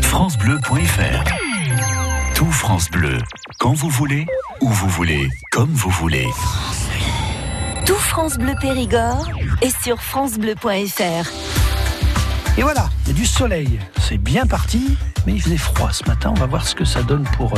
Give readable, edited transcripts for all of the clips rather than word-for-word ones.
francebleu.fr. Tout France Bleu, quand vous voulez, où vous voulez, comme vous voulez. Tout France Bleu Périgord est sur francebleu.fr. Et voilà, il y a du soleil, c'est bien parti, mais il faisait froid ce matin. On va voir ce que ça donne pour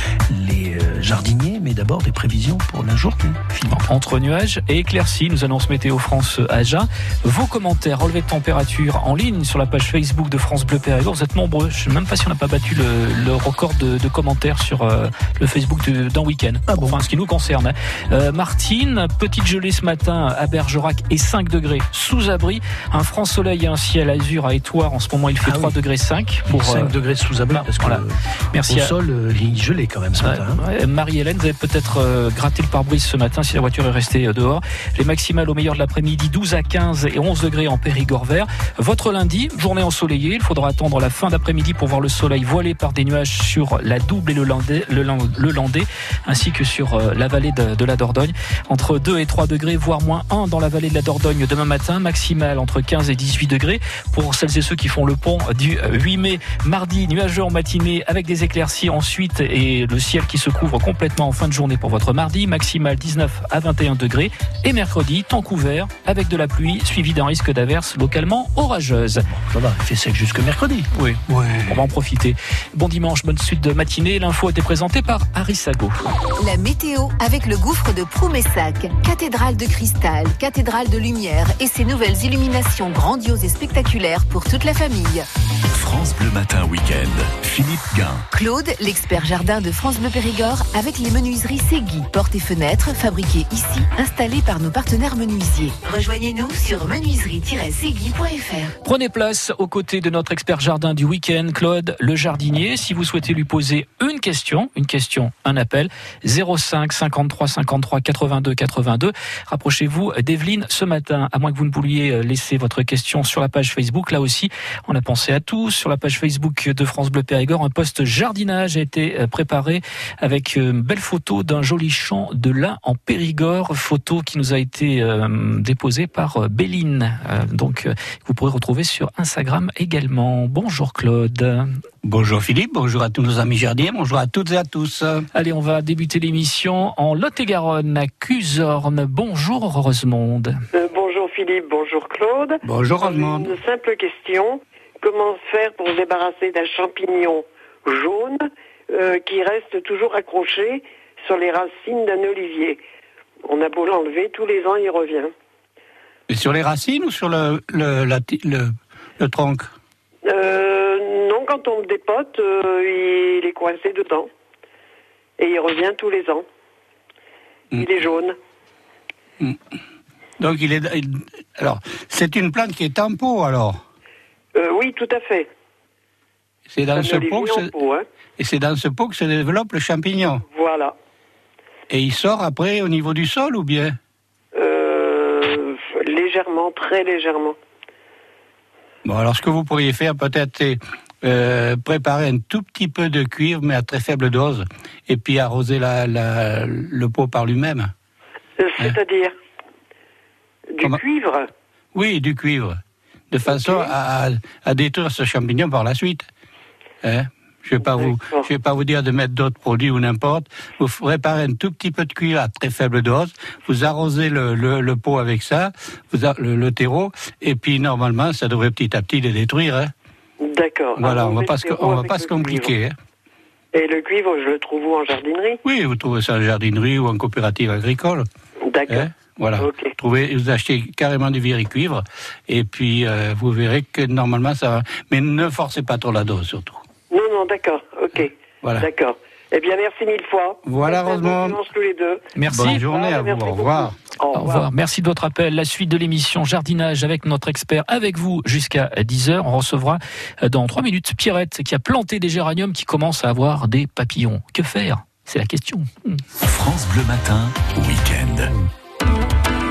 les jardiniers, mais d'abord des prévisions pour la journée. Entre nuages et éclaircies, nous annonce Météo France Agen. Vos commentaires, relevés de température en ligne sur la page Facebook de France Bleu Périgord. Vous êtes nombreux, je ne sais même pas si on n'a pas battu le record de commentaires sur le Facebook d'un week-end. Ah bon. Enfin, ce qui nous concerne. Martine, petite gelée ce matin à Bergerac et 5 degrés sous abri. Un franc soleil et un ciel azur à Étoire. En ce moment, il fait 3 degrés 5. Pour 5 degrés sous abri, parce que merci au sol, il gelait quand même ce matin. Marie-Hélène, vous avez peut-être gratté le pare-brise ce matin si la voiture est restée dehors. Les maximales au meilleur de l'après-midi, 12 à 15 et 11 degrés en Périgord vert. Votre lundi, journée ensoleillée. Il faudra attendre la fin d'après-midi pour voir le soleil voilé par des nuages sur la Double et le Landais, ainsi que sur la vallée de la Dordogne. Entre 2 et 3 degrés, voire moins 1 dans la vallée de la Dordogne demain matin. Maximale entre 15 et 18 degrés. Pour celles et ceux qui font le pont du 8 mai, mardi, nuageux en matinée avec des éclaircies ensuite et le ciel qui se couvre complètement en fin de journée pour votre mardi. Maximale 19 à 21 degrés. Et mercredi, temps couvert avec de la pluie suivi d'un risque d'averse localement orageuse. Ça va, il fait sec jusque mercredi. Oui, on va en profiter. Bon dimanche, bonne suite de matinée. L'info a été présentée par Harry Sago. La météo avec le gouffre de Proumessac, cathédrale de cristal, cathédrale de lumière et ses nouvelles illuminations grandioses et spectaculaires pour toute la famille. France Bleu Matin Week-end, Philippe Guin. Claude, l'expert jardin de France Bleu Périgord, avec les menuiseries Segui, portes et fenêtres fabriquées ici, installées par nos partenaires menuisiers. Rejoignez-nous sur menuiserie-segui.fr. Prenez place aux côtés de notre expert jardin du week-end, Claude le jardinier. Si vous souhaitez lui poser une question, un appel, 05 53 53 82 82. Rapprochez-vous d'Evelyne ce matin, à moins que vous ne vouliez laisser votre question sur la page Facebook. Là aussi, on a pensé à tout. Sur la page Facebook de France Bleu Périgord, un post jardinage a été préparé avec une belle photo d'un joli champ de lin en Périgord, photo qui nous a été déposée par Béline. Donc, vous pourrez retrouver sur Instagram également. Bonjour Claude. Bonjour Philippe, bonjour à tous nos amis jardiniers, bonjour à toutes et à tous. Allez, on va débuter l'émission en Lot-et-Garonne, à Cuzorne. Bonjour Rosemonde. Bonjour Philippe, bonjour Claude. Bonjour Rosemonde. Une simple question, comment faire pour se débarrasser d'un champignon jaune qui reste toujours accroché sur les racines d'un olivier? On a beau l'enlever, tous les ans il revient. Et sur les racines ou sur le tronc? Non, quand on le dépote, il est coincé dedans. Et il revient tous les ans. Il est jaune. Donc alors, c'est une plante qui est en pot alors? Oui, tout à fait. C'est dans ce pot hein. Et c'est dans ce pot que se développe le champignon. Voilà. Et il sort après au niveau du sol ou bien? Légèrement, très légèrement. Bon, alors ce que vous pourriez faire peut-être, c'est préparer un tout petit peu de cuivre, mais à très faible dose, et puis arroser le pot par lui-même. C'est-à-dire du cuivre? Oui, du cuivre. De façon à détruire ce champignon par la suite. Je vais pas vous dire de mettre d'autres produits ou n'importe. Vous préparez un tout petit peu de cuivre à très faible dose. Vous arrosez le pot avec ça, le terreau, et puis normalement, ça devrait petit à petit les détruire. D'accord. Voilà, alors, on va pas se compliquer. Et le cuivre, je le trouve où, en jardinerie? Oui, vous trouvez ça en jardinerie ou en coopérative agricole. D'accord. Voilà. Okay. Vous achetez carrément du cuivre, et puis vous verrez que normalement ça va. Mais ne forcez pas trop la dose surtout. Non, d'accord, ok. Voilà. D'accord. Eh bien, merci mille fois. Voilà, Rosemont. Tous les deux. Merci. Bonne journée à vous. Au revoir. Au revoir. Merci de votre appel. La suite de l'émission Jardinage avec notre expert, avec vous jusqu'à 10h. On recevra dans 3 minutes Pierrette qui a planté des géraniums qui commencent à avoir des papillons. Que faire? C'est la question. France Bleu Matin, week-end.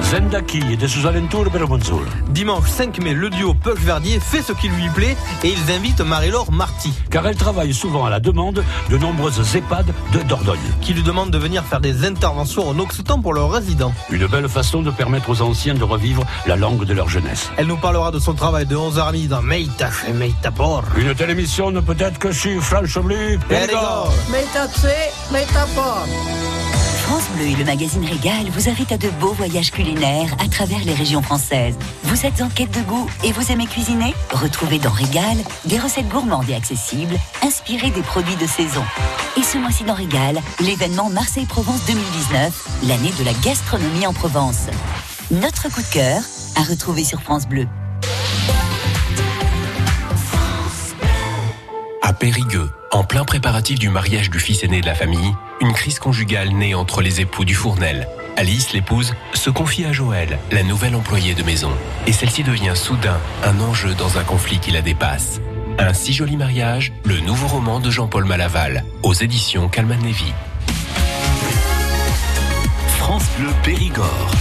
Zendaki et de sus alentours per Monzul. Dimanche 5 mai, le duo Peuch-Verdier fait ce qui lui plaît et ils invitent Marie-Laure Marty. Car elle travaille souvent à la demande de nombreuses EHPAD de Dordogne. Qui lui demandent de venir faire des interventions en occitan pour leurs résidents. Une belle façon de permettre aux anciens de revivre la langue de leur jeunesse. Elle nous parlera de son travail de 11h30 dans Meitach et Meitapor. Une telle émission ne peut être que sur France Bleu Périgord. Meitapor. France Bleu et le magazine Régal vous invitent à de beaux voyages culinaires à travers les régions françaises. Vous êtes en quête de goût et vous aimez cuisiner ? Retrouvez dans Régal des recettes gourmandes et accessibles, inspirées des produits de saison. Et ce mois-ci dans Régal, l'événement Marseille-Provence 2019, l'année de la gastronomie en Provence. Notre coup de cœur à retrouver sur France Bleu. À Périgueux, en plein préparatif du mariage du fils aîné de la famille, une crise conjugale naît entre les époux du Fournel. Alice, l'épouse, se confie à Joël, la nouvelle employée de maison. Et celle-ci devient soudain un enjeu dans un conflit qui la dépasse. Un si joli mariage, le nouveau roman de Jean-Paul Malaval, aux éditions Calman Lévy. France Bleu Périgord.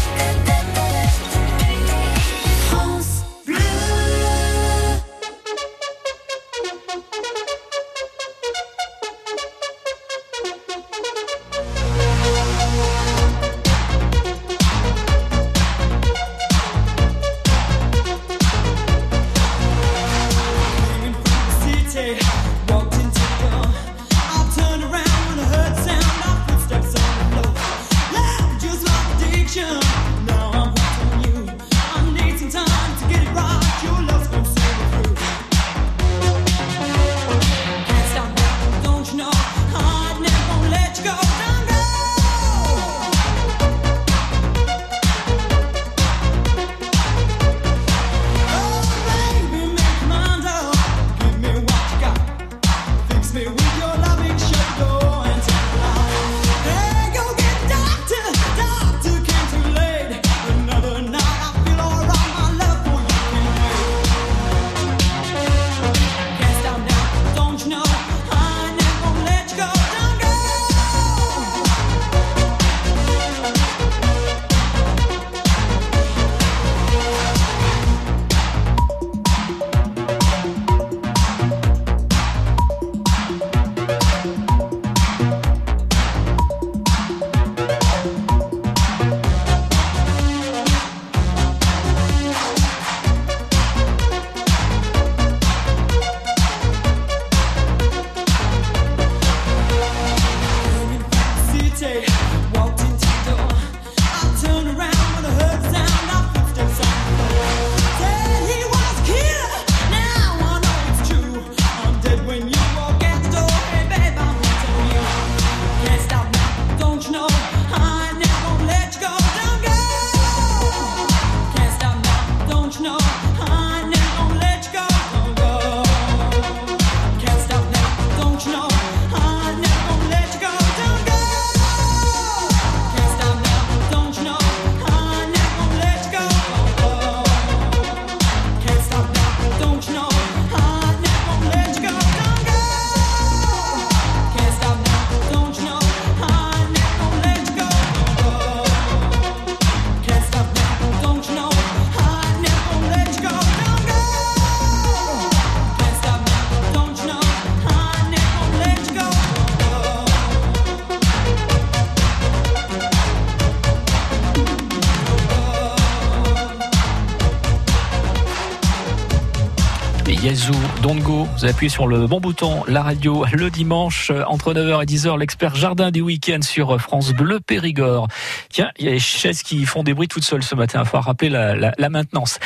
Yazoo, Don't Go, vous appuyez sur le bon bouton, la radio, le dimanche, entre 9h et 10h, l'expert jardin du week-end sur France Bleu Périgord. Tiens, il y a les chaises qui font des bruits toutes seules ce matin, il faut rappeler la maintenance.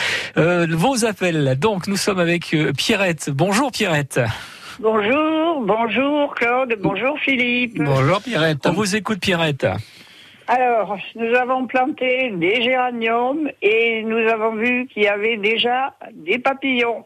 Vos appels, donc nous sommes avec Pierrette. Bonjour Pierrette. Bonjour Claude, bonjour Philippe. Bonjour Pierrette. On vous écoute Pierrette. Alors, nous avons planté des géraniums et nous avons vu qu'il y avait déjà des papillons.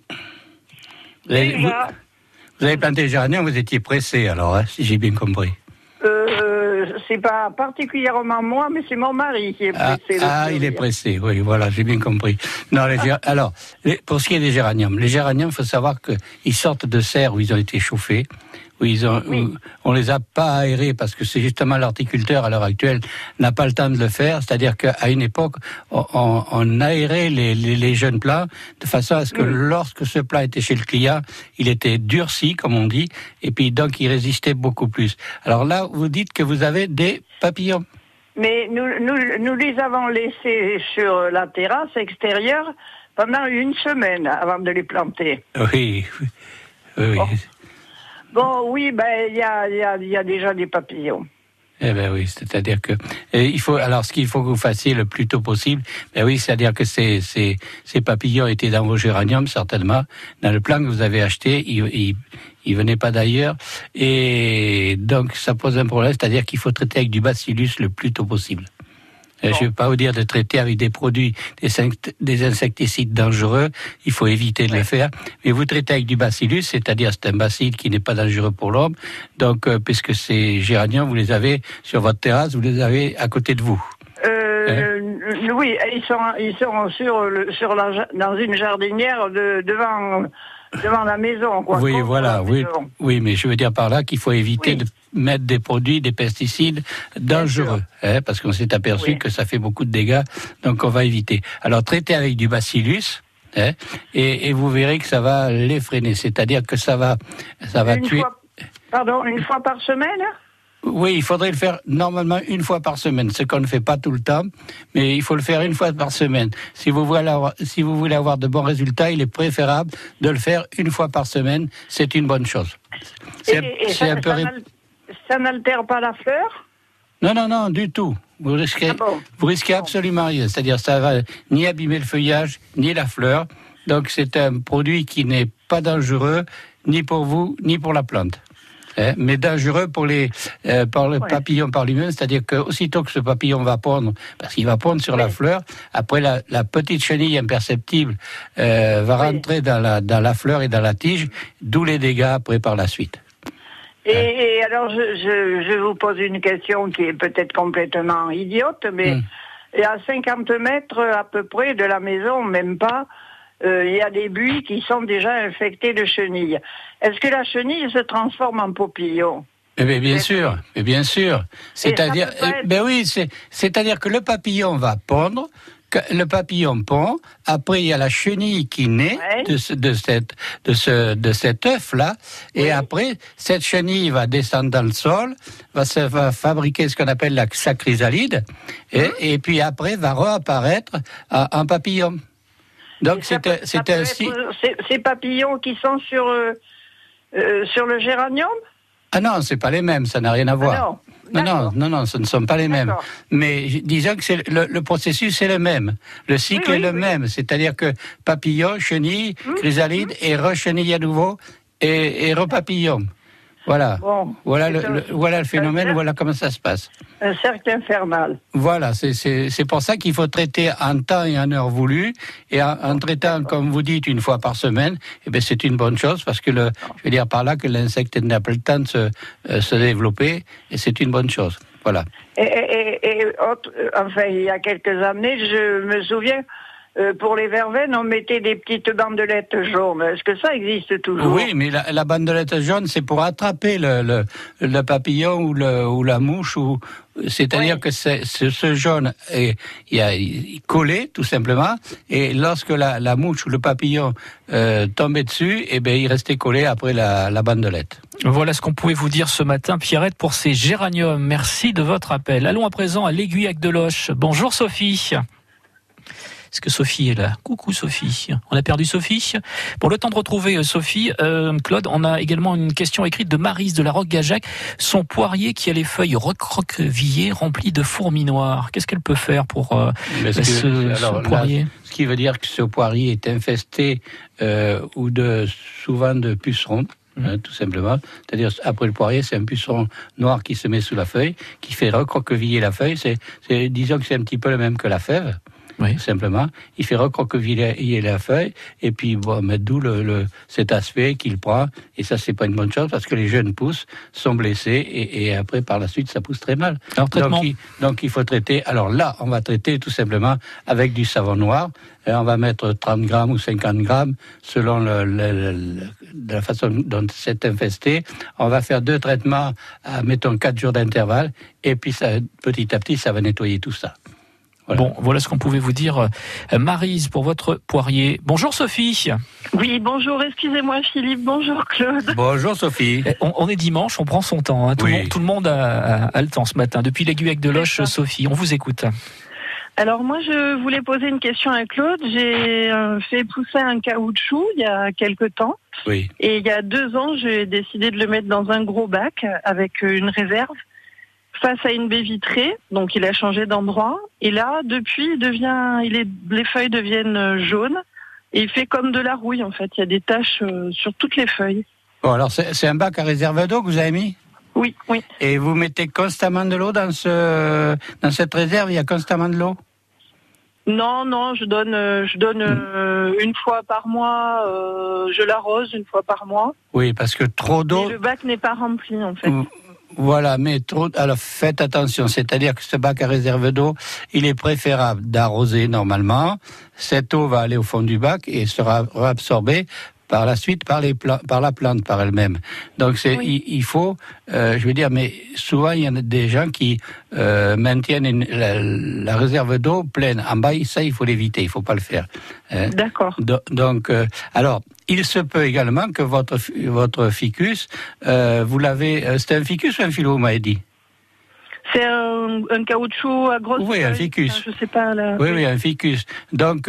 Vous avez planté les géraniums, vous étiez pressé alors, hein, si j'ai bien compris. c'est pas particulièrement moi, mais c'est mon mari qui est pressé. Il est pressé, oui, voilà, j'ai bien compris. Non, alors, pour ce qui est des géraniums, il faut savoir qu'ils sortent de serres où ils ont été chauffés, où on les a pas aérés parce que c'est justement l'horticulteur à l'heure actuelle n'a pas le temps de le faire. C'est-à-dire qu'à une époque, on aérait les jeunes plants de façon à ce que lorsque ce plat était chez le client, il était durci, comme on dit, et puis donc il résistait beaucoup plus. Alors là, vous dites que vous avez des papillons. Mais nous les avons laissés sur la terrasse extérieure pendant une semaine avant de les planter. Oui. Bon, oui, il y a déjà des papillons. Eh ben oui, c'est-à-dire que ce qu'il faut que vous fassiez le plus tôt possible, c'est-à-dire que ces papillons étaient dans vos géraniums certainement, dans le plan que vous avez acheté, ils venaient pas d'ailleurs, et donc ça pose un problème, c'est-à-dire qu'il faut traiter avec du bacillus le plus tôt possible. Je ne vais pas vous dire de traiter avec des produits, des insecticides dangereux, il faut éviter de le faire. Mais vous traitez avec du bacillus, c'est-à-dire c'est un bacille qui n'est pas dangereux pour l'homme. Donc, puisque ces géraniums, vous les avez sur votre terrasse, vous les avez à côté de vous. Oui, ils sont dans une jardinière devant la maison, quoi. Oui, voilà, oui, mais je veux dire par là qu'il faut éviter de mettre des produits, des pesticides dangereux, parce qu'on s'est aperçu que ça fait beaucoup de dégâts, donc on va éviter. Alors traitez avec du bacillus, et vous verrez que ça va les freiner, c'est-à-dire que ça va tuer. Une fois par semaine? Oui, il faudrait le faire normalement une fois par semaine, ce qu'on ne fait pas tout le temps, mais il faut le faire une fois par semaine. Si vous voulez avoir de bons résultats, il est préférable de le faire une fois par semaine, c'est une bonne chose. Ça n'altère pas la fleur ? Non, du tout. Vous risquez absolument rien, c'est-à-dire ça va ni abîmer le feuillage, ni la fleur, donc c'est un produit qui n'est pas dangereux, ni pour vous, ni pour la plante. Mais dangereux pour le papillon par lui-même, c'est-à-dire qu'aussitôt que ce papillon va pondre, parce qu'il va pondre sur la fleur, après la petite chenille imperceptible va rentrer dans la fleur et dans la tige, d'où les dégâts après par la suite. Et alors je vous pose une question qui est peut-être complètement idiote, mais à 50 mètres à peu près de la maison, même pas, il y a des buis qui sont déjà infectés de chenilles. Est-ce que la chenille se transforme en papillon ? Bien sûr. C'est-à-dire, c'est-à-dire que le papillon va pondre. Le papillon pond. Après, il y a la chenille qui naît de cet œuf-là. Et après, cette chenille va descendre dans le sol, va fabriquer ce qu'on appelle sa chrysalide. Et puis après, va réapparaître en papillon. Donc c'est ainsi. Ces papillons qui sont sur le géranium ? Ah non, c'est pas les mêmes, ça n'a rien à voir. Non, ce ne sont pas les mêmes. Mais disons que le processus est le même. Le cycle est le même, c'est-à-dire que papillon, chenille, chrysalide et rechenille à nouveau et repapillon. Voilà. Bon, voilà le phénomène, voilà comment ça se passe. Un cercle infernal. Voilà, c'est pour ça qu'il faut traiter en temps et en heure voulu, et en traitant, comme vous dites, une fois par semaine, c'est une bonne chose, parce que je veux dire par là que l'insecte n'a pas le temps de se développer, et c'est une bonne chose. Voilà. Enfin, il y a quelques années, je me souviens, pour les verveines, on mettait des petites bandelettes jaunes. Est-ce que ça existe toujours ? Oui, mais la bandelette jaune, c'est pour attraper le papillon ou la mouche. C'est-à-dire que ce jaune est collé, tout simplement, et lorsque la mouche ou le papillon tombait dessus, il restait collé après la bandelette. Voilà ce qu'on pouvait vous dire ce matin, Pierrette, pour ces géraniums. Merci de votre appel. Allons à présent à l'Aiguillac de Loches. Bonjour Sophie. Est-ce que Sophie est là ? Coucou Sophie. On a perdu Sophie. Pour le temps de retrouver Sophie, Claude, on a également une question écrite de Maryse de la Roque-Gajac. Son poirier qui a les feuilles recroquevillées remplies de fourmis noires. Qu'est-ce qu'elle peut faire pour ce poirier ? Ce qui veut dire que ce poirier est infesté souvent de pucerons. Tout simplement. C'est-à-dire, après le poirier, c'est un puceron noir qui se met sous la feuille, qui fait recroqueviller la feuille. Disons que c'est un petit peu le même que la fève. tout simplement. Il fait recroqueviller la feuille, et puis mettre d'où cet aspect qu'il prend. Et ça, c'est pas une bonne chose, parce que les jeunes pousses sont blessés, et après, par la suite, ça pousse très mal. Alors, donc il faut traiter. Alors là, on va traiter tout simplement avec du savon noir. Et on va mettre 30 grammes ou 50 grammes selon la façon dont c'est infesté. On va faire 2 traitements à, mettons, 4 jours d'intervalle. Et puis, ça, petit à petit, ça va nettoyer tout ça. Voilà. Bon, voilà ce qu'on pouvait vous dire. Maryse, pour votre poirier. Bonjour Sophie. Oui, bonjour, excusez-moi Philippe, bonjour Claude. Bonjour Sophie. On est dimanche, on prend son temps. Hein. Tout le monde a le temps ce matin. Depuis l'aiguille de Loche, Sophie, on vous écoute. Alors moi, je voulais poser une question à Claude. J'ai fait pousser un caoutchouc il y a quelque temps. Oui. Et il y a 2 ans, j'ai décidé de le mettre dans un gros bac avec une réserve face à une baie vitrée. Donc il a changé d'endroit. Et là, depuis, les feuilles deviennent jaunes. Et il fait comme de la rouille, en fait. Il y a des taches sur toutes les feuilles. Bon, alors c'est un bac à réserve d'eau que vous avez mis ? Oui. Et vous mettez constamment de l'eau dans cette réserve? Il y a constamment de l'eau? Non, je donne une fois par mois, je l'arrose une fois par mois. Oui, parce que trop d'eau... Et le bac n'est pas rempli, en fait. Voilà, mais alors faites attention, c'est-à-dire que ce bac à réserve d'eau, il est préférable d'arroser normalement. Cette eau va aller au fond du bac et sera réabsorbée par la suite par la plante par elle-même. Donc il faut, je veux dire, mais souvent il y en a des gens qui maintiennent la réserve d'eau pleine. En bas, ça il faut l'éviter, il faut pas le faire. D'accord. Donc, alors, il se peut également que votre ficus, vous l'avez, c'était un ficus ou un philo, vous m'avez dit? C'est un caoutchouc à grosse feuille. Oui, un ficus. Enfin, je sais pas. Oui, un ficus. Donc,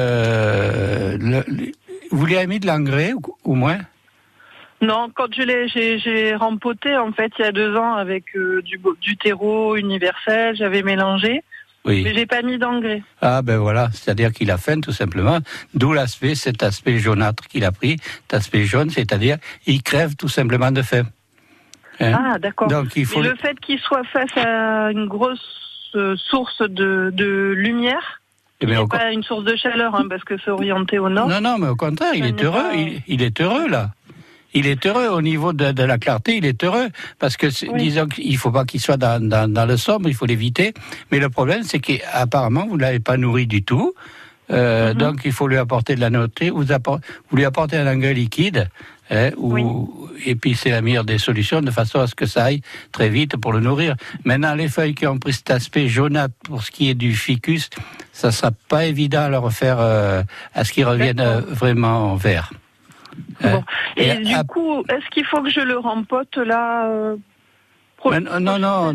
vous lui avez mis de l'engrais ou moins? Non, quand j'ai rempoté en fait il y a 2 ans avec du terreau universel, j'avais mélangé, mais j'ai pas mis d'engrais. Ah ben voilà, c'est-à-dire qu'il a faim tout simplement, d'où cet aspect jaunâtre qu'il a pris, cet aspect jaune, c'est-à-dire il crève tout simplement de faim. Ah d'accord. Donc il faut. Mais le fait qu'il soit face à une grosse source de lumière. Il n'est pas une source de chaleur, parce que c'est orienté au nord. Non, mais au contraire, il est heureux. Il est heureux, là. Il est heureux au niveau de la clarté, il est heureux. Parce que, disons qu'il ne faut pas qu'il soit dans le sombre, il faut l'éviter. Mais le problème, c'est qu'apparemment, vous ne l'avez pas nourri du tout. Donc, il faut lui apporter de la nourriture. Vous lui apportez un engrais liquide. Et puis c'est la meilleure des solutions, de façon à ce que ça aille très vite pour le nourrir. Maintenant, les feuilles qui ont pris cet aspect jaunâtre pour ce qui est du ficus, ça sera pas évident à leur faire à ce qu'ils reviennent vraiment verts. Bon. Et du coup, est-ce qu'il faut que je le rempote là Non.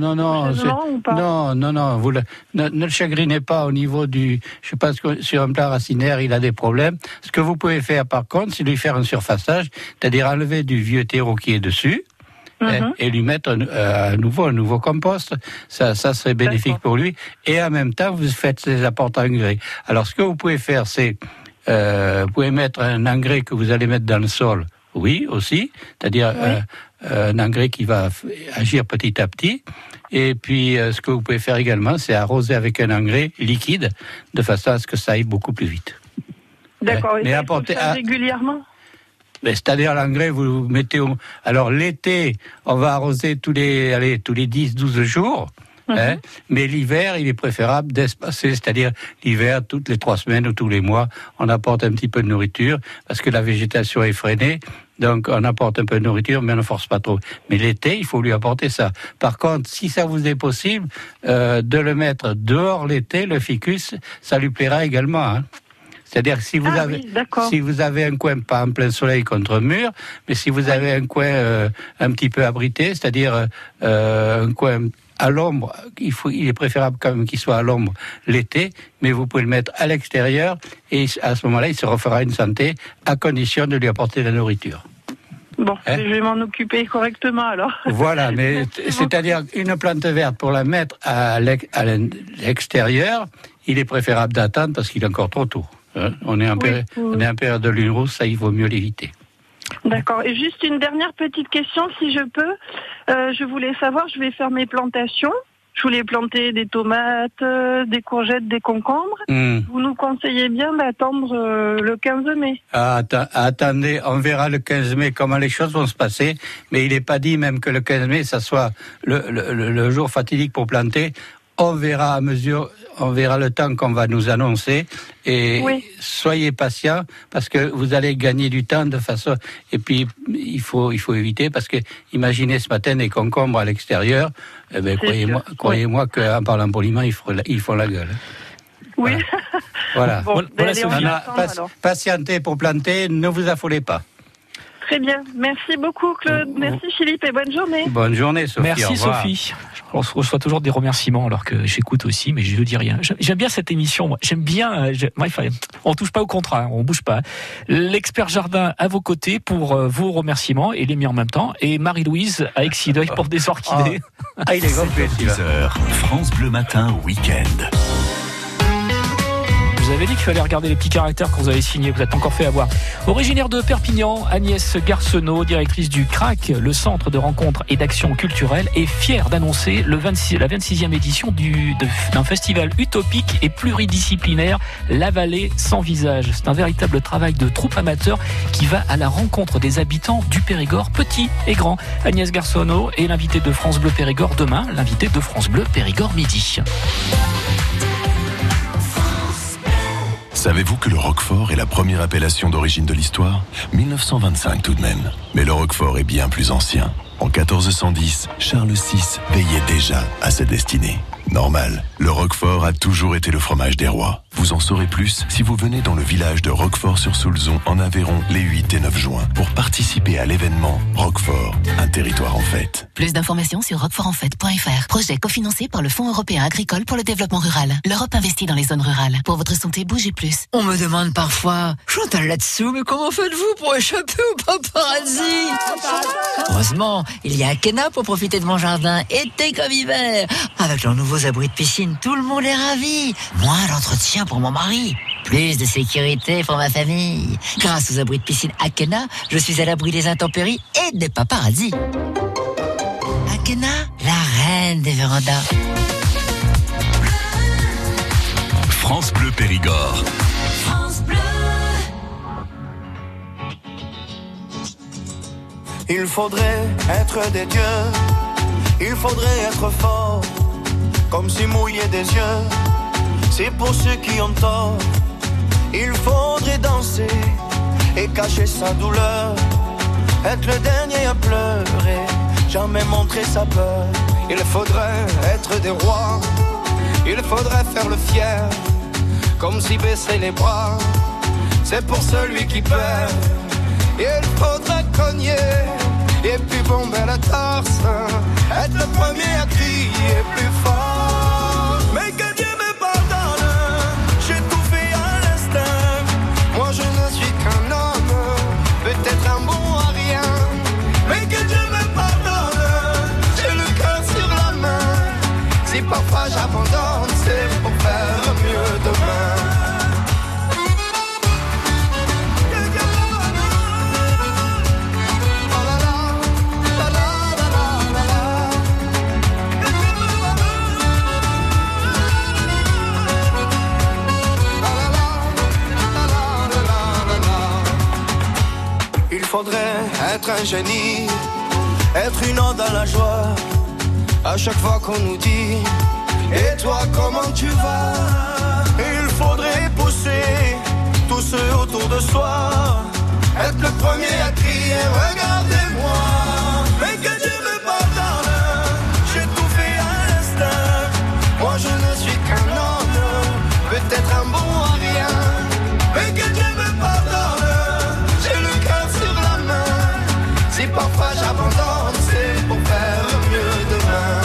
Vous ne le chagrinez pas au niveau je pense que sur un plan racinaire, il a des problèmes. Ce que vous pouvez faire, par contre, c'est lui faire un surfaçage, c'est-à-dire enlever du vieux terreau qui est dessus. Et lui mettre un nouveau compost, ça serait bénéfique pour lui. Et en même temps, vous faites des apports engrais. Alors, ce que vous pouvez faire, c'est vous pouvez mettre un engrais que vous allez mettre dans le sol. Oui, aussi, c'est-à-dire un engrais qui va agir petit à petit. Et puis, ce que vous pouvez faire également, c'est arroser avec un engrais liquide, de façon à ce que ça aille beaucoup plus vite. D'accord. Et ça, il faut le faire régulièrement? Mais c'est-à-dire l'engrais, vous mettez... Alors l'été, on va arroser tous les 10-12 jours. Mais l'hiver, il est préférable d'espacer, c'est-à-dire l'hiver, toutes les 3 semaines ou tous les mois, on apporte un petit peu de nourriture, parce que la végétation est freinée, donc on apporte un peu de nourriture, mais on ne force pas trop. Mais l'été, il faut lui apporter ça. Par contre, si ça vous est possible, de le mettre dehors l'été, le ficus, ça lui plaira également, C'est-à-dire que si vous avez un coin pas en plein soleil contre un mur, mais si vous avez un coin un petit peu abrité, c'est-à-dire un coin à l'ombre, il est préférable quand même qu'il soit à l'ombre l'été, mais vous pouvez le mettre à l'extérieur et à ce moment-là, il se refera une santé à condition de lui apporter de la nourriture. Bon, je vais m'en occuper correctement alors. Voilà, mais c'est-à-dire une plante verte pour la mettre à l'extérieur, il est préférable d'attendre parce qu'il est encore trop tôt. On est en période de lune rousse, ça il vaut mieux l'éviter. D'accord. Et juste une dernière petite question, si je peux. Je voulais savoir, je vais faire mes plantations. Je voulais planter des tomates, des courgettes, des concombres. Vous nous conseillez bien d'attendre le 15 mai. Attendez, on verra le 15 mai comment les choses vont se passer, mais il n'est pas dit même que le 15 mai, ça soit le jour fatidique pour planter. On verra à mesure, on verra le temps qu'on va nous annoncer et soyez patients parce que vous allez gagner du temps de façon. Et puis il faut éviter parce que imaginez ce matin des concombres à l'extérieur. Eh ben, croyez-moi qu'en parlant poliment, ils font la gueule. Oui. Voilà. Bon, voilà patientez pour planter, ne vous affolez pas. Très bien. Merci beaucoup, Claude. Merci, Philippe, et bonne journée. Bonne journée, Sophie. Merci, Sophie. On se reçoit toujours des remerciements alors que j'écoute aussi, mais je ne dis rien. J'aime bien cette émission, moi. J'aime bien. On touche pas au contrat, on bouge pas. L'expert jardin à vos côtés pour vos remerciements et les mis en même temps. Et Marie-Louise à Exideuil pour des orchidées. Il est complet, 10h, France Bleu Matin, week-end. Vous avez dit qu'il fallait regarder les petits caractères que vous avez signés, vous êtes encore fait avoir. Originaire de Perpignan, Agnès Garcenot, directrice du CRAC, le Centre de rencontres et d'action culturelle, est fière d'annoncer la 26e édition d'un festival utopique et pluridisciplinaire, La Vallée sans visage. C'est un véritable travail de troupe amateur qui va à la rencontre des habitants du Périgord, petits et grands. Agnès Garcenot est l'invitée de France Bleu Périgord demain, l'invitée de France Bleu Périgord midi. Savez-vous que le Roquefort est la première appellation d'origine de l'histoire ? 1925 tout de même. Mais le Roquefort est bien plus ancien. En 1410, Charles VI veillait déjà à sa destinée. Normal, le Roquefort a toujours été le fromage des rois. Vous en saurez plus si vous venez dans le village de Roquefort-sur-Soulzon en Aveyron les 8 et 9 juin pour participer à l'événement Roquefort, un territoire en fête. Plus d'informations sur roquefortenfête.fr. Projet cofinancé par le Fonds européen agricole pour le développement rural. L'Europe investit dans les zones rurales. Pour votre santé, bougez plus. On me demande parfois, Chantal là-dessous, mais comment faites-vous pour échapper au paparazzi ? Heureusement, il y a Akena pour profiter de mon jardin, été comme hiver. Avec leurs nouveaux abris de piscine, tout le monde est ravi. Moins d'entretien pour mon mari. Plus de sécurité pour ma famille. Grâce aux abris de piscine Akena, je suis à l'abri des intempéries et des paparazzis. Akena, la reine des vérandas. France Bleu Périgord. France Bleu. Il faudrait être des dieux. Il faudrait être fort. Comme si mouiller des yeux, c'est pour ceux qui ont tort. Il faudrait danser et cacher sa douleur. Être le dernier à pleurer, jamais montrer sa peur. Il faudrait être des rois. Il faudrait faire le fier. Comme si baisser les bras, c'est pour celui qui perd. Il faudrait cogner et puis bomber la torse. Être le premier à crier plus fort. Mais que Dieu me pardonne, j'ai tout fait à l'instinct. Moi je ne suis qu'un homme, peut-être un bon à rien. Mais que Dieu me pardonne, j'ai le cœur sur la main. Si parfois j'abandonne, c'est pour faire mieux demain. Il faudrait être un génie, être une onde dans la joie. À chaque fois qu'on nous dit et toi comment tu vas? Il faudrait pousser tous ceux autour de soi. Être le premier à crier regardez-moi. Mais que Dieu me pardonne, j'ai tout fait à l'instinct. Moi je ne suis qu'un homme, peut-être un bon à rien. Mais que Dieu me pardonne, j'ai le cœur sur la main. Si parfois j'abandonne, c'est pour faire mieux demain.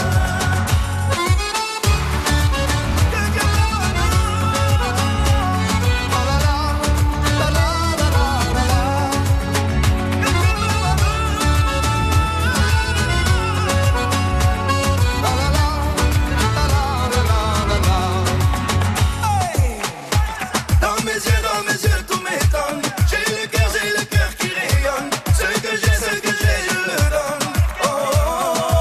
J'ai le cœur qui rayonne. Ce que j'ai, je le donne. Oh, oh, oh.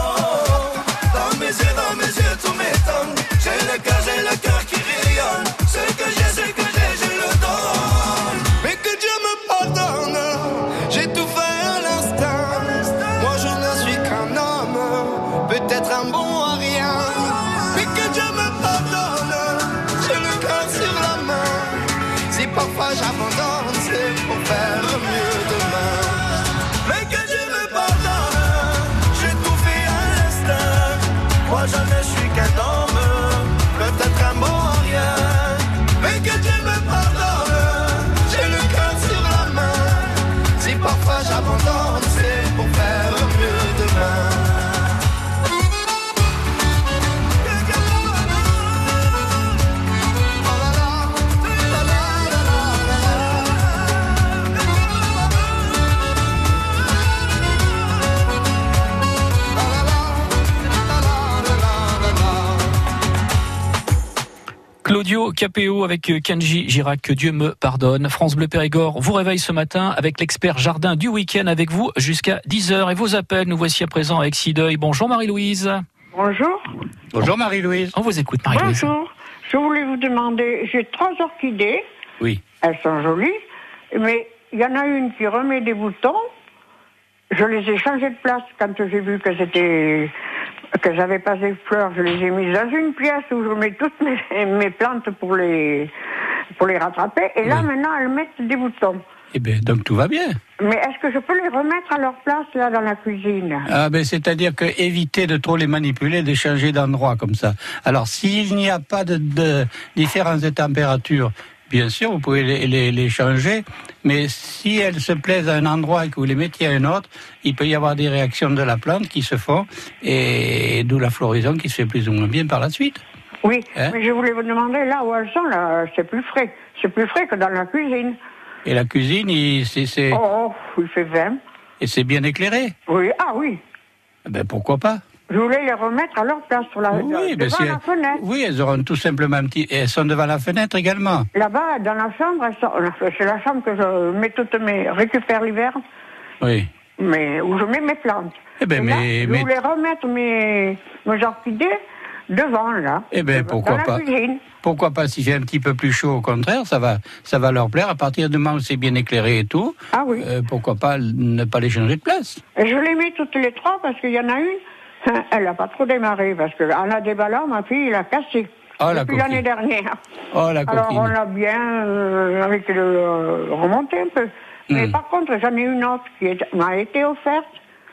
l'audio KPO avec Kenji Girac, que Dieu me pardonne. France Bleu Périgord vous réveille ce matin avec l'expert jardin du week-end avec vous jusqu'à 10h. Et vos appels, nous voici à présent avec Sideuil. Bonjour Marie-Louise. Bonjour. Bonjour Marie-Louise. On vous écoute Marie-Louise. Bonjour. Je voulais vous demander, j'ai 3 orchidées. Oui. Elles sont jolies, mais il y en a une qui remet des boutons. Je les ai changées de place quand j'ai vu que j'avais pas de fleurs. Je les ai mises dans une pièce où je mets toutes mes plantes pour les rattraper. Et là, maintenant, elles mettent des boutons. Eh bien, donc tout va bien. Mais est-ce que je peux les remettre à leur place, là, dans la cuisine? Ah ben, c'est-à-dire que évitez de trop les manipuler, de changer d'endroit comme ça. Alors, s'il n'y a pas de différence de température, bien sûr, vous pouvez les changer, mais si elles se plaisent à un endroit et que vous les mettiez à un autre, il peut y avoir des réactions de la plante qui se font, et d'où la floraison qui se fait plus ou moins bien par la suite. Oui, mais je voulais vous demander, là où elles sont, là, c'est plus frais. C'est plus frais que dans la cuisine. Et la cuisine, c'est... Oh, il fait 20. Et c'est bien éclairé? Oui, ah oui. Ben pourquoi pas? Je voulais les remettre à leur place sur devant la fenêtre. Oui, elles auront tout simplement et elles sont devant la fenêtre également. Là-bas, dans la chambre, c'est la chambre que je mets récupère l'hiver. Oui. Mais où je mets mes plantes. Eh ben, je voulais remettre mes orchidées devant, là. Eh ben, pourquoi pas? Cuisine. Pourquoi pas, si c'est un petit peu plus chaud, au contraire, ça va leur plaire. À partir du moment où c'est bien éclairé et tout, pourquoi pas ne pas les changer de place? Et je les mets toutes les 3 parce qu'il y en a une, elle n'a pas trop démarré parce qu'en a déballant, ma fille l'a cassée. Depuis l'année dernière. Oh, la coquine. Alors on l'a bien remonté un peu. Mais par contre, j'en ai une autre qui m'a été offerte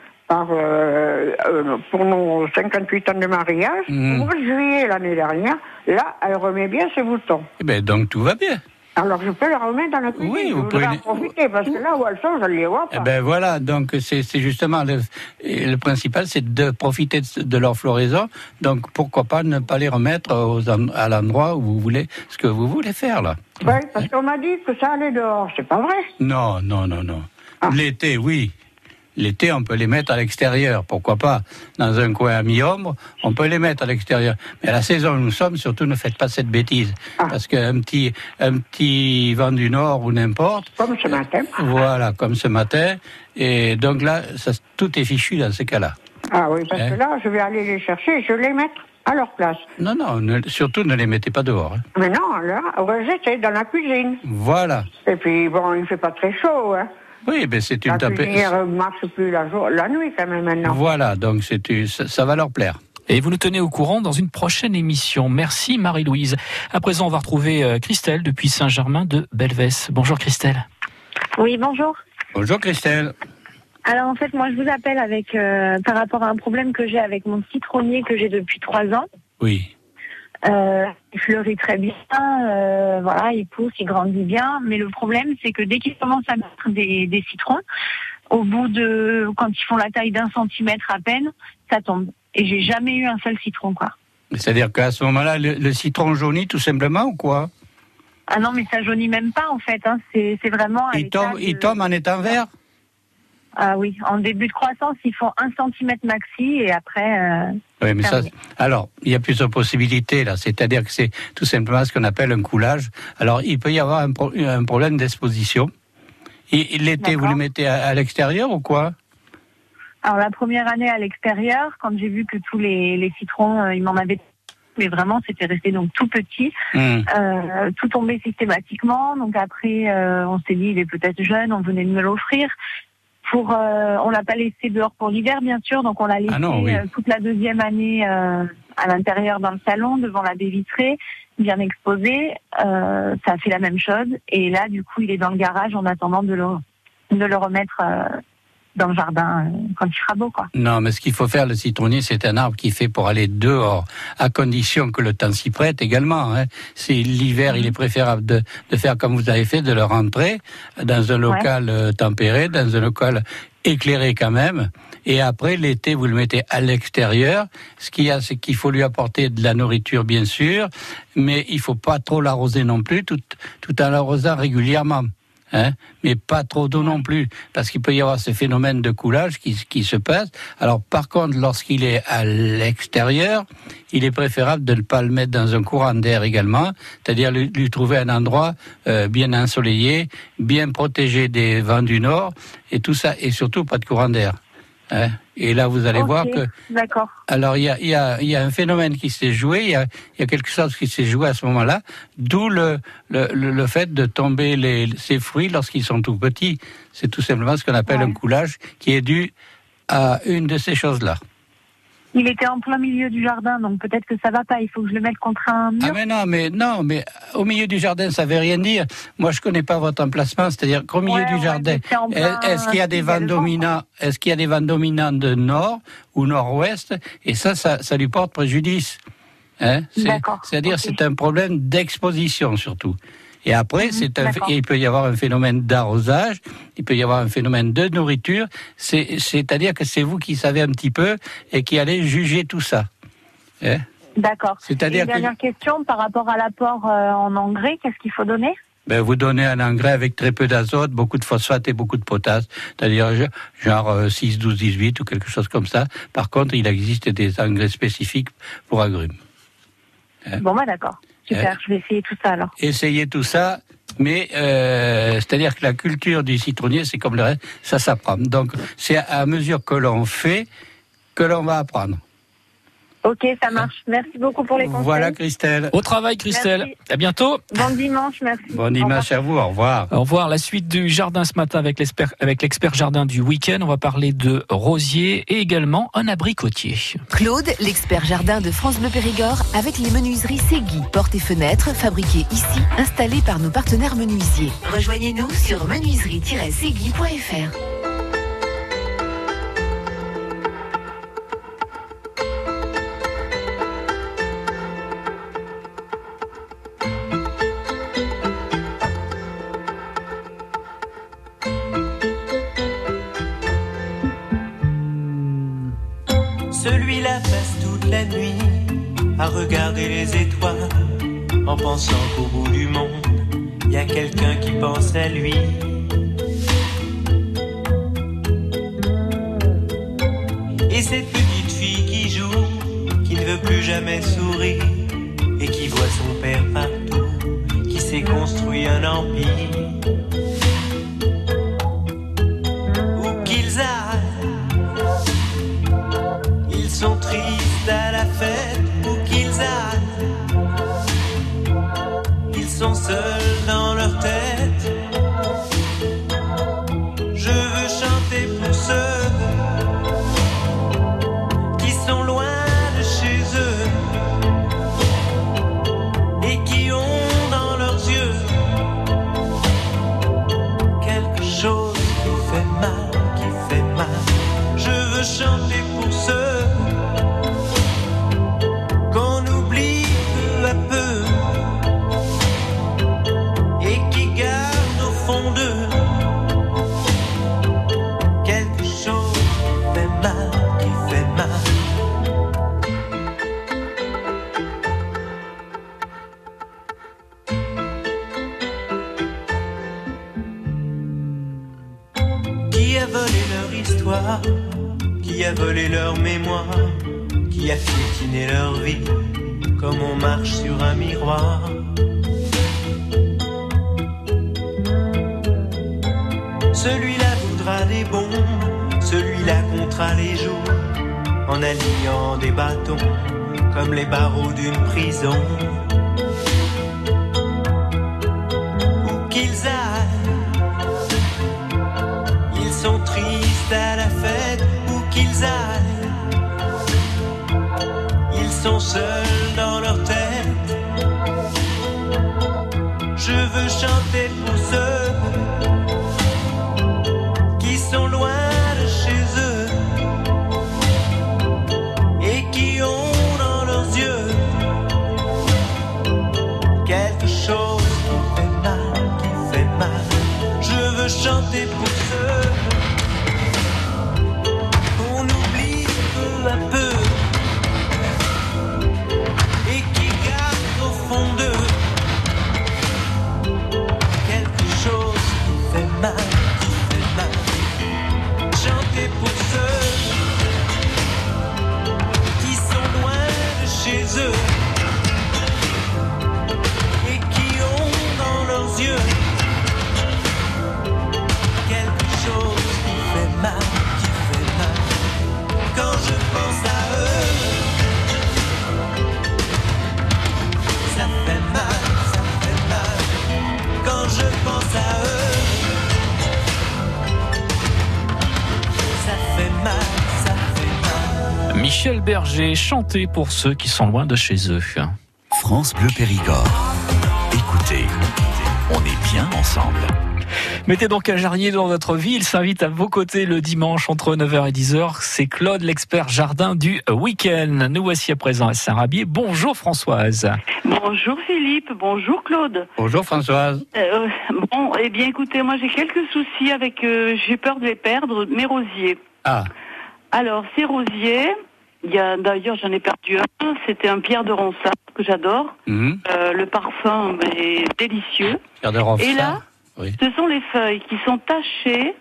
pour nos 58 ans de mariage, au mois de juillet l'année dernière. Là, elle remet bien ses boutons. Eh bien, donc tout va bien. Alors, je peux la remettre dans la cuisine. Oui, vous pouvez en profiter, parce que là où elles sont, je ne les vois pas. Eh bien, voilà, donc c'est justement le principal, c'est de profiter de leur floraison. Donc, pourquoi pas ne pas les remettre à l'endroit où vous voulez, ce que vous voulez faire, là. Oui, parce qu'on m'a dit que ça allait dehors, c'est pas vrai? Non. L'été, oui. L'été, on peut les mettre à l'extérieur, pourquoi pas? Dans un coin à mi-ombre, on peut les mettre à l'extérieur. Mais à la saison où nous sommes, surtout ne faites pas cette bêtise. Parce qu'un petit vent du nord ou n'importe... Comme ce matin. Voilà, comme ce matin. Et donc là, tout est fichu dans ce cas-là. Ah oui, parce que là, je vais aller les chercher et je vais les mettre à leur place. Non, surtout ne les mettez pas dehors. Hein. Mais non, là, j'étais dans la cuisine. Voilà. Et puis, bon, il ne fait pas très chaud, hein. Oui, mais c'est une tempête. La cuisinière ne marche plus la nuit quand même maintenant. Voilà, donc ça va leur plaire. Et vous nous tenez au courant dans une prochaine émission. Merci Marie-Louise. À présent, on va retrouver Christelle depuis Saint-Germain de Belvès. Bonjour Christelle. Oui, bonjour. Bonjour Christelle. Alors en fait, moi je vous appelle par rapport à un problème que j'ai avec mon citronnier que j'ai depuis 3 ans. Oui. Il fleurit très bien, voilà, il pousse, il grandit bien, mais le problème c'est que dès qu'il commence à mettre des citrons, au bout de, quand ils font la taille d'1 centimètre à peine, ça tombe. Et j'ai jamais eu un seul citron, quoi. C'est-à-dire qu'à ce moment-là, le citron jaunit tout simplement ou quoi? Ah non, mais ça jaunit même pas en fait, hein. C'est vraiment... Il tombe en étant vert? Ah oui, en début de croissance, ils font 1 centimètre maxi et après... Oui, mais ça, alors, il y a plusieurs possibilités, là. C'est-à-dire que c'est tout simplement ce qu'on appelle un coulage. Alors, il peut y avoir un problème d'exposition. Et l'été, vous les mettez à l'extérieur ou quoi? Alors, la première année à l'extérieur, quand j'ai vu que tous les citrons, ils m'en avaient... Mais vraiment, c'était resté donc tout petit. Tout tombait systématiquement. Donc après, on s'est dit, il est peut-être jeune, on venait de me l'offrir. On l'a pas laissé dehors pour l'hiver, bien sûr, donc on l'a laissé toute la 2e année à l'intérieur dans le salon, devant la baie vitrée, bien exposé. Ça a fait la même chose. Et là, du coup, il est dans le garage en attendant de le remettre dans le jardin quand il fera beau, quoi. Non, mais ce qu'il faut faire, le citronnier, c'est un arbre qui est fait pour aller dehors, à condition que le temps s'y prête également. Hein. C'est l'hiver, il est préférable de faire comme vous avez fait, de le rentrer dans un local tempéré, dans un local éclairé quand même. Et après, l'été, vous le mettez à l'extérieur. Ce qu'il y a, c'est qu'il faut lui apporter de la nourriture, bien sûr, mais il faut pas trop l'arroser non plus, tout en l'arrosant régulièrement. mais pas trop d'eau non plus, parce qu'il peut y avoir ce phénomène de coulage qui se passe. Alors par contre, lorsqu'il est à l'extérieur, il est préférable de ne pas le mettre dans un courant d'air également, c'est-à-dire lui trouver un endroit bien ensoleillé, bien protégé des vents du nord, et tout ça, et surtout pas de courant d'air. Et là, vous allez voir que... D'accord. Alors, il y a un phénomène qui s'est joué, il y a quelque chose qui s'est joué à ce moment-là, d'où le fait de tomber ces fruits lorsqu'ils sont tout petits. C'est tout simplement ce qu'on appelle un coulage qui est dû à une de ces choses-là. Il était en plein milieu du jardin, donc peut-être que ça va pas. Il faut que je le mette contre un mur. Ah mais non, mais au milieu du jardin, ça veut rien dire. Moi, je connais pas votre emplacement, c'est-à-dire qu'au milieu du jardin, est-ce qu'il y a des vents dominants, est-ce qu'il y a des vents dominants de nord ou nord-ouest, et ça lui porte préjudice. C'est-à-dire, c'est un problème d'exposition surtout. Et après, il peut y avoir un phénomène d'arrosage, il peut y avoir un phénomène de nourriture, c'est-à-dire que c'est vous qui savez un petit peu et qui allez juger tout ça. D'accord. C'est-à-dire une dernière question, par rapport à l'apport en engrais, qu'est-ce qu'il faut donner ? Vous donnez un engrais avec très peu d'azote, beaucoup de phosphate et beaucoup de potasse, c'est-à-dire genre 6, 12, 18 ou quelque chose comme ça. Par contre, il existe des engrais spécifiques pour agrumes. Bon, d'accord. Super, je vais essayer tout ça alors. Essayez tout ça, mais c'est-à-dire que la culture du citronnier, c'est comme le reste, ça s'apprend. Donc, c'est à mesure que l'on fait que l'on va apprendre. Ok, ça marche. Merci beaucoup pour les conseils. Voilà, Christelle. Au travail, Christelle. Merci. À bientôt. Bon dimanche, merci. Bon dimanche à vous, au revoir. Au revoir. La suite du jardin ce matin avec l'expert jardin du week-end. On va parler de rosiers et également un abricotier. Claude, l'expert jardin de France Bleu Périgord, avec les menuiseries Segui. Portes et fenêtres fabriquées ici, installées par nos partenaires menuisiers. Rejoignez-nous sur menuiserie-segui.fr. Celui-là passe toute la nuit à regarder les étoiles, en pensant qu'au bout du monde, y a quelqu'un qui pense à lui. Et cette petite fille qui joue, qui ne veut plus jamais sourire, et qui voit son père partout, qui s'est construit un empire. Où qu'ils aillent, ils sont tristes à la fête, où qu'ils aillent, ils sont seuls dans leur tête. Je veux chanter pour ceux qui sont loin de chez eux et qui ont dans leurs yeux quelque chose qui fait mal, qui fait mal. Je veux chanter pour ceux qu'on oublie peu à peu et qui gardent au fond d'eux quelque chose qui fait mal, qui fait mal. Qui a volé leur histoire, qui a volé leur mémoire, qui a piétiné leur vie, comme on marche sur un miroir. Celui-là voudra des bombes, celui-là comptera les jours, en alignant des bâtons, comme les barreaux d'une prison. Où qu'ils aillent, ils sont tristes à la fête, où qu'ils aillent, ils sont seuls dans leur tête. Je veux chanter pour ceux qui sont loin de chez eux et qui ont dans leurs yeux quelque chose qui fait mal, qui fait mal. Je veux chanter pour ceux qu'on oublie peu à peu et qui gardent au fond d'eux quelque Michel Berger, chanté pour ceux qui sont loin de chez eux. France Bleu Périgord. Écoutez, on est bien ensemble. Mettez donc un jardinier dans votre vie. Il s'invite à vos côtés le dimanche entre 9h et 10h. C'est Claude, l'expert jardin du week-end. Nous voici à présent à Saint-Rabier. Bonjour Françoise. Bonjour Philippe, bonjour Claude. Bonjour Françoise. Bon, eh bien écoutez, moi j'ai quelques soucis avec, j'ai peur de les perdre, mes rosiers. Ah. Alors ces rosiers, d'ailleurs j'en ai perdu un, c'était un Pierre de Ronsard que j'adore. Le parfum est délicieux. Pierre de Ronsard. Et là, oui. Ce sont les feuilles qui sont tachées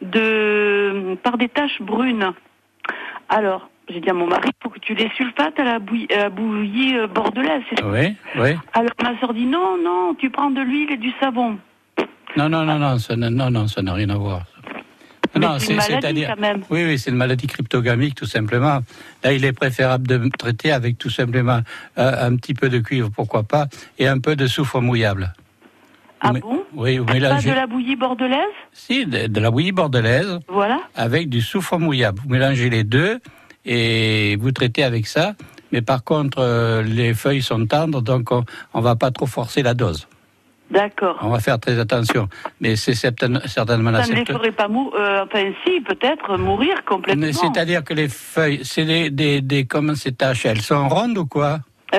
par des taches brunes. Alors, j'ai dit à mon mari, il faut que tu les sulfates à la bouillie bordelaise. Oui, oui. Alors ma soeur dit non, tu prends de l'huile et du savon. Non, ça n'a rien à voir. Non, c'est une maladie quand même. Oui, c'est une maladie cryptogamique tout simplement. Là, il est préférable de traiter avec tout simplement un petit peu de cuivre, pourquoi pas, et un peu de soufre mouillable. Ah bon? Oui, vous mélangez. Pas de la bouillie bordelaise? Si, de la bouillie bordelaise. Voilà. Avec du soufre mouillable. Vous mélangez les deux et vous traitez avec ça. Mais par contre, les feuilles sont tendres, donc on va pas trop forcer la dose. D'accord. On va faire très attention. Mais c'est certainement la... Ça ne les ferait pas peut-être mourir complètement. C'est-à-dire que les feuilles, c'est comment ces taches, elles sont rondes ou quoi?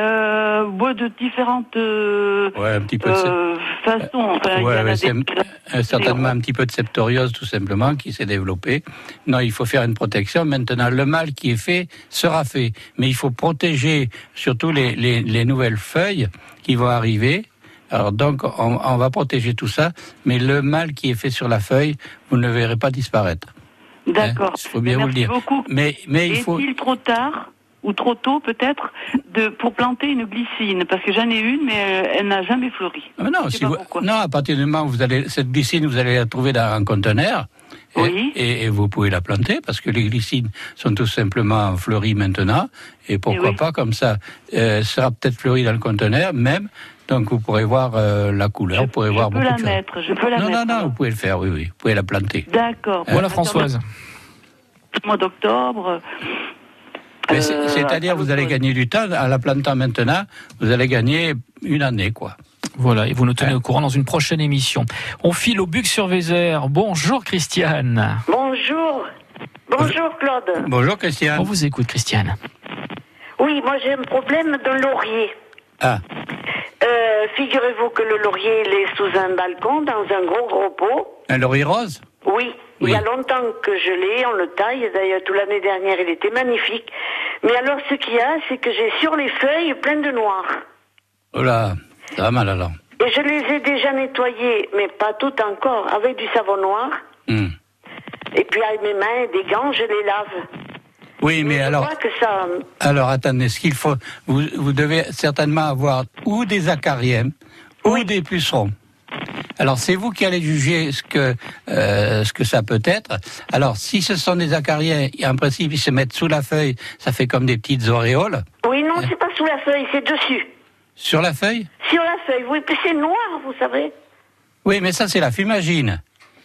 De différentes un petit peu façons. Certainement un petit peu de septoriose tout simplement qui s'est développé. Non, il faut faire une protection. Maintenant, le mal qui est fait sera fait. Mais il faut protéger surtout les nouvelles feuilles qui vont arriver. Alors donc, on va protéger tout ça. Mais le mal qui est fait sur la feuille, vous ne le verrez pas disparaître. D'accord. Il faut bien vous le dire. Beaucoup. Mais il faut... Est-il trop tard ou trop tôt peut-être pour planter une glycine, parce que j'en ai une mais elle n'a jamais fleuri. Non, à partir du moment où cette glycine, vous allez la trouver dans un conteneur. Oui. Et vous pouvez la planter parce que les glycines sont tout simplement fleuries maintenant et pourquoi pas comme ça sera peut-être fleurie dans le conteneur même. Donc vous pourrez voir la couleur, vous pourrez voir beaucoup de choses. Je peux la mettre. Non, vous pouvez le faire, oui, vous pouvez la planter. D'accord. Voilà Françoise. Au mois d'octobre. C'est-à-dire vous allez gagner du temps en la plantant maintenant, vous allez gagner une année quoi. Voilà, et vous nous tenez au courant dans une prochaine émission. On file au Buc-sur-Vézère. Bonjour Christiane. Bonjour Claude. Bonjour Christiane. On vous écoute Christiane. Oui, moi j'ai un problème de laurier. Ah. Figurez-vous que le laurier il est sous un balcon dans un gros pot. Un laurier rose? Oui. Il y a longtemps que je l'ai, on le taille, d'ailleurs toute l'année dernière il était magnifique. Mais alors ce qu'il y a, c'est que j'ai sur les feuilles plein de noir. Oh là, ça va mal alors. Et je les ai déjà nettoyées, mais pas toutes encore, avec du savon noir. Et puis avec mes mains et des gants, je les lave. Oui, mais alors... Que ça... Alors attendez, ce qu'il faut... Vous devez certainement avoir ou des acariens ou des pucerons. Alors c'est vous qui allez juger ce que ça peut être. Alors si ce sont des acariens, en principe ils se mettent sous la feuille, ça fait comme des petites auréoles. Oui, non, c'est pas sous la feuille, c'est dessus. Sur la feuille? Sur la feuille, oui, puis c'est noir, vous savez. Oui, mais ça c'est la fumagine.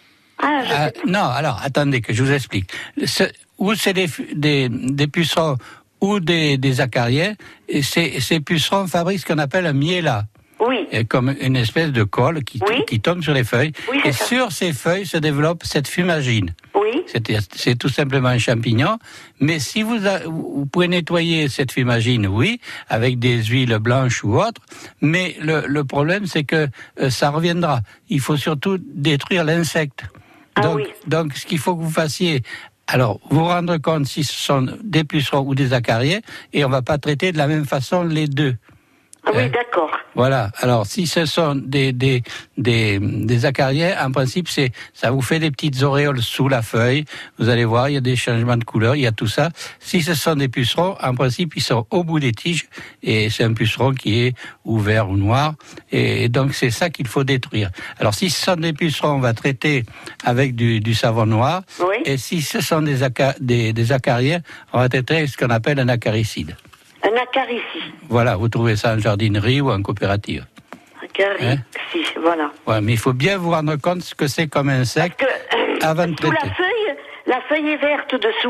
Non, alors attendez que je vous explique. Ou c'est des pucerons ou des acariens, et ces pucerons fabriquent ce qu'on appelle un miella. Oui. Comme une espèce de colle qui tombe sur les feuilles. Oui, et sur ces feuilles se développe cette fumagine. Oui. C'est tout simplement un champignon. Mais si vous pouvez nettoyer cette fumagine, oui, avec des huiles blanches ou autres. Mais le problème, c'est que ça reviendra. Il faut surtout détruire l'insecte. Donc, ce qu'il faut que vous fassiez... Alors, vous rendre compte si ce sont des pucerons ou des acariens, et on ne va pas traiter de la même façon les deux. Ah oui, d'accord. Voilà. Alors, si ce sont des acariens, en principe, ça vous fait des petites auréoles sous la feuille. Vous allez voir, il y a des changements de couleur, il y a tout ça. Si ce sont des pucerons, en principe, ils sont au bout des tiges, et c'est un puceron qui est ou vert ou noir, et donc c'est ça qu'il faut détruire. Alors, si ce sont des pucerons, on va traiter avec du savon noir, et si ce sont des acariens, on va traiter avec ce qu'on appelle un acaricide. Un acaricide. Voilà, vous trouvez ça en jardinerie ou en coopérative. Acaricide, voilà. Ouais, mais il faut bien vous rendre compte ce que c'est comme insecte avant de traiter. Sous la feuille est verte dessous.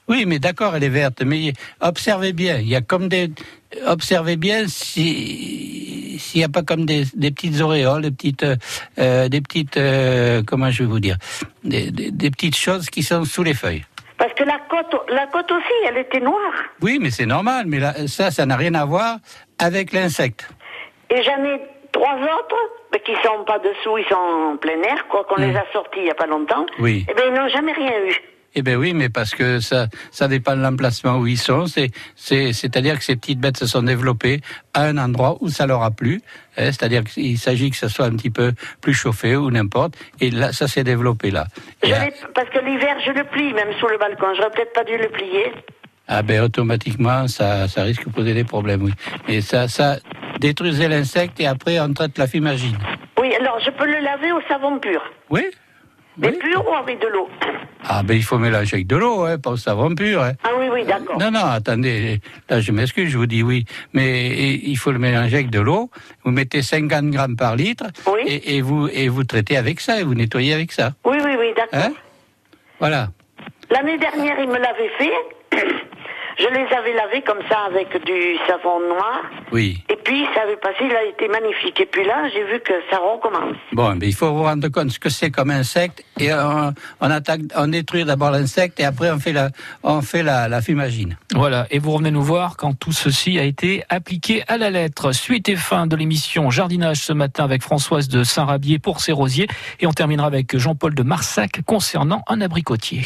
Oui, mais d'accord, elle est verte. Mais observez bien, il y a comme observez bien s'il n'y a pas comme des petites auréoles, des petites, comment je vais vous dire, des petites choses qui sont sous les feuilles. Parce que la côte aussi, elle était noire. Oui, mais c'est normal. Mais là, ça n'a rien à voir avec l'insecte. Et j'en ai 3 autres, mais qui sont pas dessous, ils sont en plein air, quoi, qu'on les a sortis il y a pas longtemps. Oui. Eh ben, ils n'ont jamais rien eu. Eh ben oui, mais parce que ça dépend de l'emplacement où ils sont. C'est-à-dire que ces petites bêtes se sont développées à un endroit où ça leur a plu. C'est-à-dire qu'il s'agit que ça soit un petit peu plus chauffé ou n'importe. Et là, ça s'est développé là. Parce que l'hiver, je le plie, même sous le balcon. J'aurais peut-être pas dû le plier. Ah ben automatiquement, ça risque de poser des problèmes, oui. Et ça détruisait l'insecte et après on traite la fumagine. Oui, alors je peux le laver au savon pur. Oui. Mais pur ou avec de l'eau? Ah ben il faut mélanger avec de l'eau, pas au savon pur. Ah oui, d'accord. Non, attendez, là je m'excuse, je vous dis oui, mais il faut le mélanger avec de l'eau. Vous mettez 50 grammes par litre et vous traitez avec ça et vous nettoyez avec ça. Oui, d'accord. Voilà. L'année dernière, il me l'avait fait. Je les avais lavés comme ça avec du savon noir. Oui. Et puis, ça avait passé, il a été magnifique. Et puis là, j'ai vu que ça recommence. Bon, mais il faut vous rendre compte ce que c'est comme insecte. Et on détruit d'abord l'insecte et après on fait la fumagine. Voilà. Et vous revenez nous voir quand tout ceci a été appliqué à la lettre. Suite et fin de l'émission Jardinage ce matin avec Françoise de Saint-Rabier pour ses rosiers. Et on terminera avec Jean-Paul de Marsac concernant un abricotier.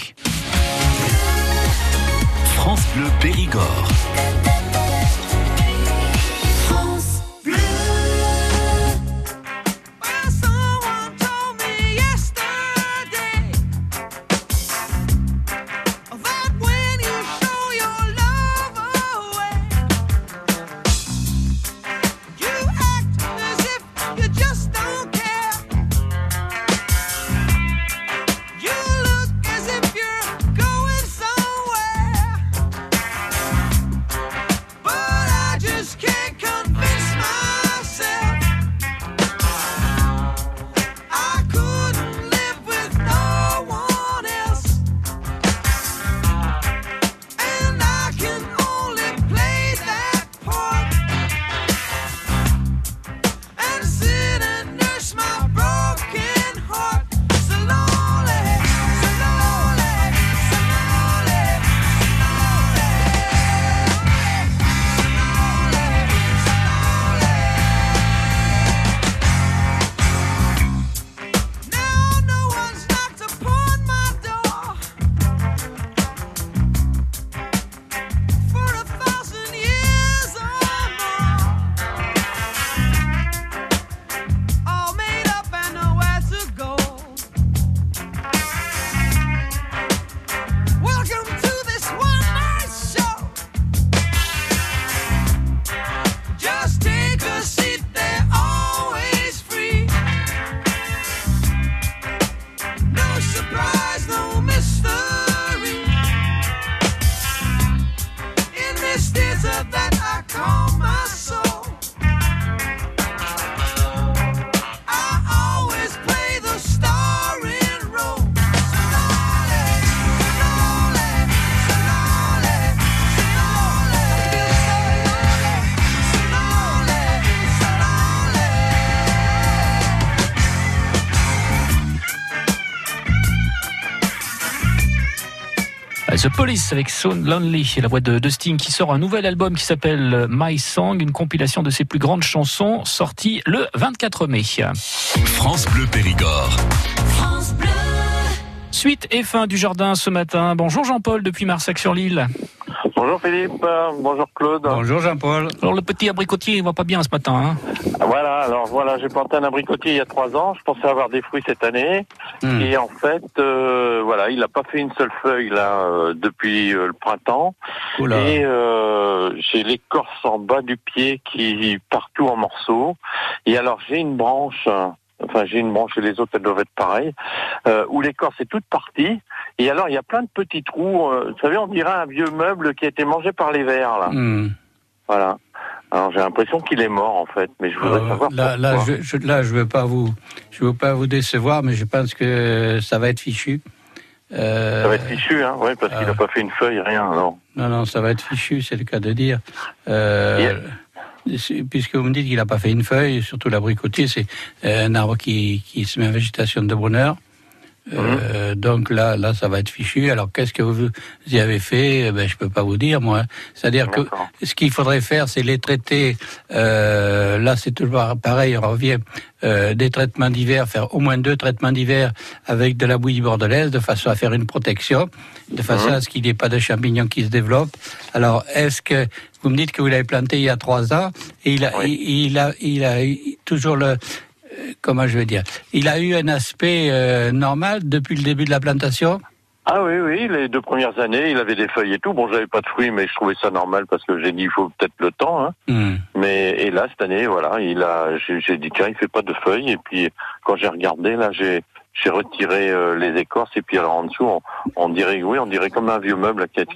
France Bleu Périgord. The Police avec So Lonely et la voix de Sting qui sort un nouvel album qui s'appelle My Song, une compilation de ses plus grandes chansons sortie le 24 mai. France Bleu Périgord. France Bleu. Suite et fin du jardin ce matin. Bonjour Jean-Paul depuis Marsac-sur-l'Île. Bonjour Philippe, bonjour Claude. Bonjour Jean-Paul. Alors le petit abricotier, il va pas bien ce matin, hein? Voilà, j'ai planté un abricotier il y a 3 ans, je pensais avoir des fruits cette année, et en fait, il n'a pas fait une seule feuille là depuis le printembre, et j'ai l'écorce en bas du pied qui partout en morceaux, et alors j'ai une branche et les autres elles doivent être pareilles, où l'écorce est toute partie, et alors il y a plein de petits trous, vous savez, on dirait un vieux meuble qui a été mangé par les vers là. Voilà. Alors j'ai l'impression qu'il est mort en fait, mais je voudrais savoir pourquoi. Je veux pas vous décevoir, mais je pense que ça va être fichu. Ça va être fichu, hein, ouais, parce qu'il n'a pas fait une feuille, rien, non. Non, ça va être fichu, c'est le cas de dire. Puisque vous me dites qu'il n'a pas fait une feuille, surtout l'abricotier, c'est un arbre qui se met en végétation de bonheur. Donc là, ça va être fichu. Alors, qu'est-ce que vous y avez fait? Je peux pas vous dire, moi. C'est-à-dire que ce qu'il faudrait faire, c'est les traiter. Là, c'est toujours pareil. On revient des traitements d'hiver, faire au moins 2 traitements d'hiver avec de la bouillie bordelaise, de façon à faire une protection, de façon à ce qu'il n'y ait pas de champignons qui se développent. Alors, est-ce que vous me dites que vous l'avez planté il y a 3 ans et il a toujours le comment je veux dire, il a eu un aspect normal depuis le début de la plantation? Ah oui, les 2 premières années, il avait des feuilles et tout. Bon, j'avais pas de fruits, mais je trouvais ça normal parce que j'ai dit, il faut peut-être le temps, hein. Et là, cette année, voilà, j'ai dit, tiens, il fait pas de feuilles. Et puis, quand j'ai regardé, là, j'ai retiré les écorces. Et puis, alors, en dessous, on dirait comme un vieux meuble qui a été